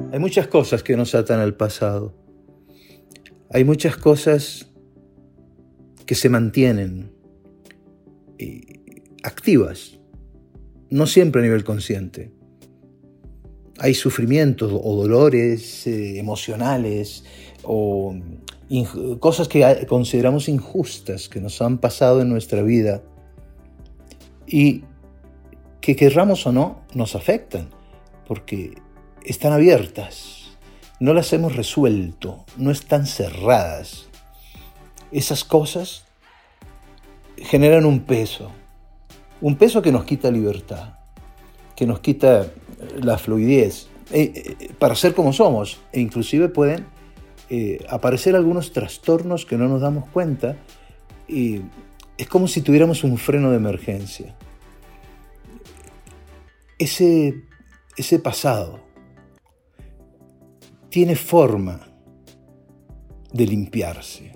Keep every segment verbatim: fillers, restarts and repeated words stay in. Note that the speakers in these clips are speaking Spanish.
Hay muchas cosas que nos atan al pasado. Hay muchas cosas que se mantienen eh, activas, no siempre a nivel consciente. Hay sufrimientos o dolores eh, emocionales o inj- cosas que consideramos injustas que nos han pasado en nuestra vida y que, querramos o no, nos afectan porque están abiertas, no las hemos resuelto, no están cerradas. Esas cosas generan un peso, un peso que nos quita libertad, que nos quita la fluidez eh, eh, para ser como somos, e inclusive pueden eh, aparecer algunos trastornos que no nos damos cuenta y es como si tuviéramos un freno de emergencia. Ese, ese pasado tiene forma de limpiarse.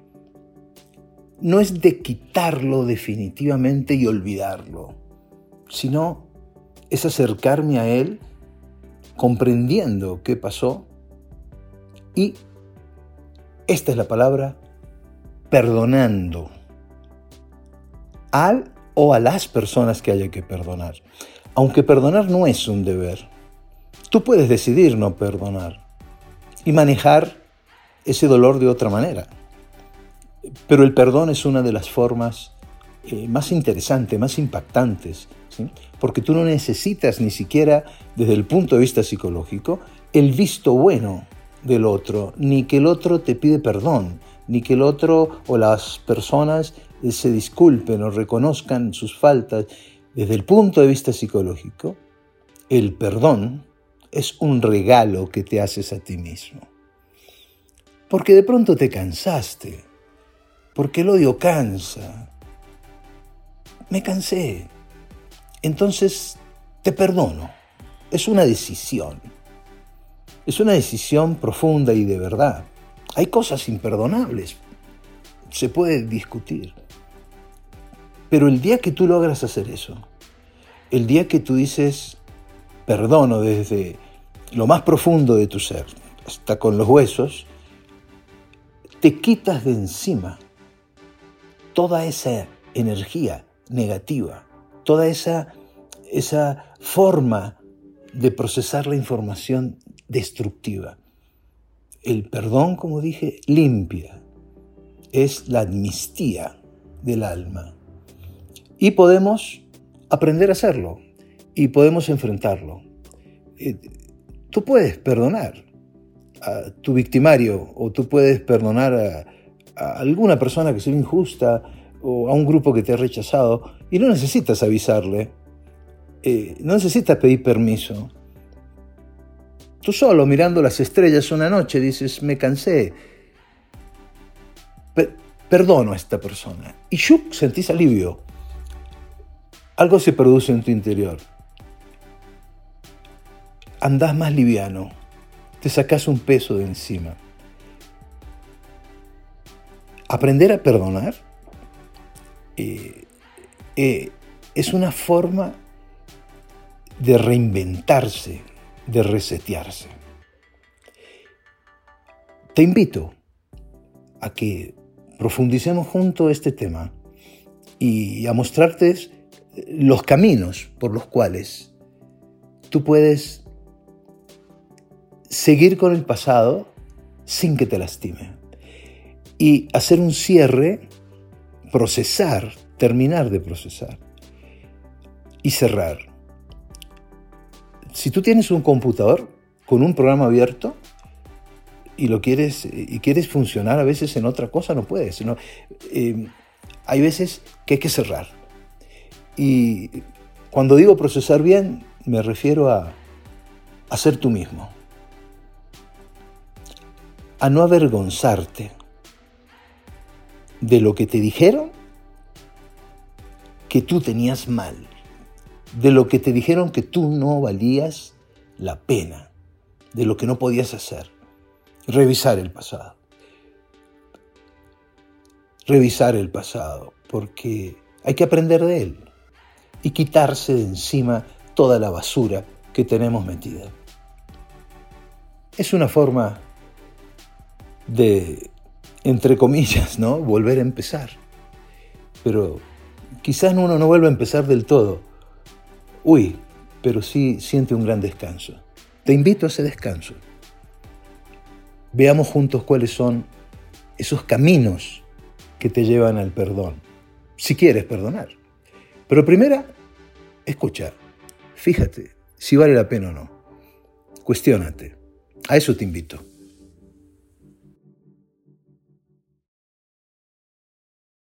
No es de quitarlo definitivamente y olvidarlo, sino es acercarme a él comprendiendo qué pasó y, esta es la palabra, perdonando al o a las personas que haya que perdonar. Aunque perdonar no es un deber, tú puedes decidir no perdonar y manejar ese dolor de otra manera. Pero el perdón es una de las formas eh, más interesantes, más impactantes, ¿sí? Porque tú no necesitas ni siquiera, desde el punto de vista psicológico, el visto bueno del otro, ni que el otro te pide perdón, ni que el otro o las personas eh, se disculpen o reconozcan sus faltas. Desde el punto de vista psicológico, el perdón es un regalo que te haces a ti mismo. Porque de pronto te cansaste, porque el odio cansa. Me cansé. Entonces te perdono. Es una decisión. Es una decisión profunda y de verdad. Hay cosas imperdonables. Se puede discutir. Pero el día que tú logras hacer eso, el día que tú dices perdono desde lo más profundo de tu ser, hasta con los huesos, te quitas de encima toda esa energía negativa, toda esa, esa forma de procesar la información destructiva. El perdón, como dije, limpia, es la amnistía del alma. Y podemos aprender a hacerlo y podemos enfrentarlo. Eh, tú puedes perdonar a tu victimario o tú puedes perdonar a, a alguna persona que sea injusta o a un grupo que te ha rechazado y no necesitas avisarle, eh, no necesitas pedir permiso. Tú solo mirando las estrellas una noche dices, me cansé, per- perdono a esta persona. Y ¡shup! Sentís alivio. Algo se produce en tu interior. Andás más liviano, te sacás un peso de encima. Aprender a perdonar eh, eh, es una forma de reinventarse, de resetearse. Te invito a que profundicemos juntos este tema y a mostrarte los caminos por los cuales tú puedes seguir con el pasado sin que te lastime y hacer un cierre, procesar, terminar de procesar y cerrar. Si tú tienes un computador con un programa abierto y lo quieres y quieres funcionar a veces en otra cosa, no puedes. Sino, eh, hay veces que hay que cerrar. Y cuando digo procesar bien, me refiero a, a ser tú mismo. A no avergonzarte de lo que te dijeron que tú tenías mal, de lo que te dijeron que tú no valías la pena, de lo que no podías hacer. Revisar el pasado. Revisar el pasado, porque hay que aprender de él y quitarse de encima toda la basura que tenemos metida. es una forma de, entre comillas, ¿no?, volver a empezar. Pero quizás uno no vuelva a empezar del todo. Uy, pero sí siente un gran descanso. Te invito a ese descanso. Veamos juntos cuáles son esos caminos que te llevan al perdón, si quieres perdonar. Pero primero, escucha, fíjate si vale la pena o no. Cuestiónate. A eso te invito.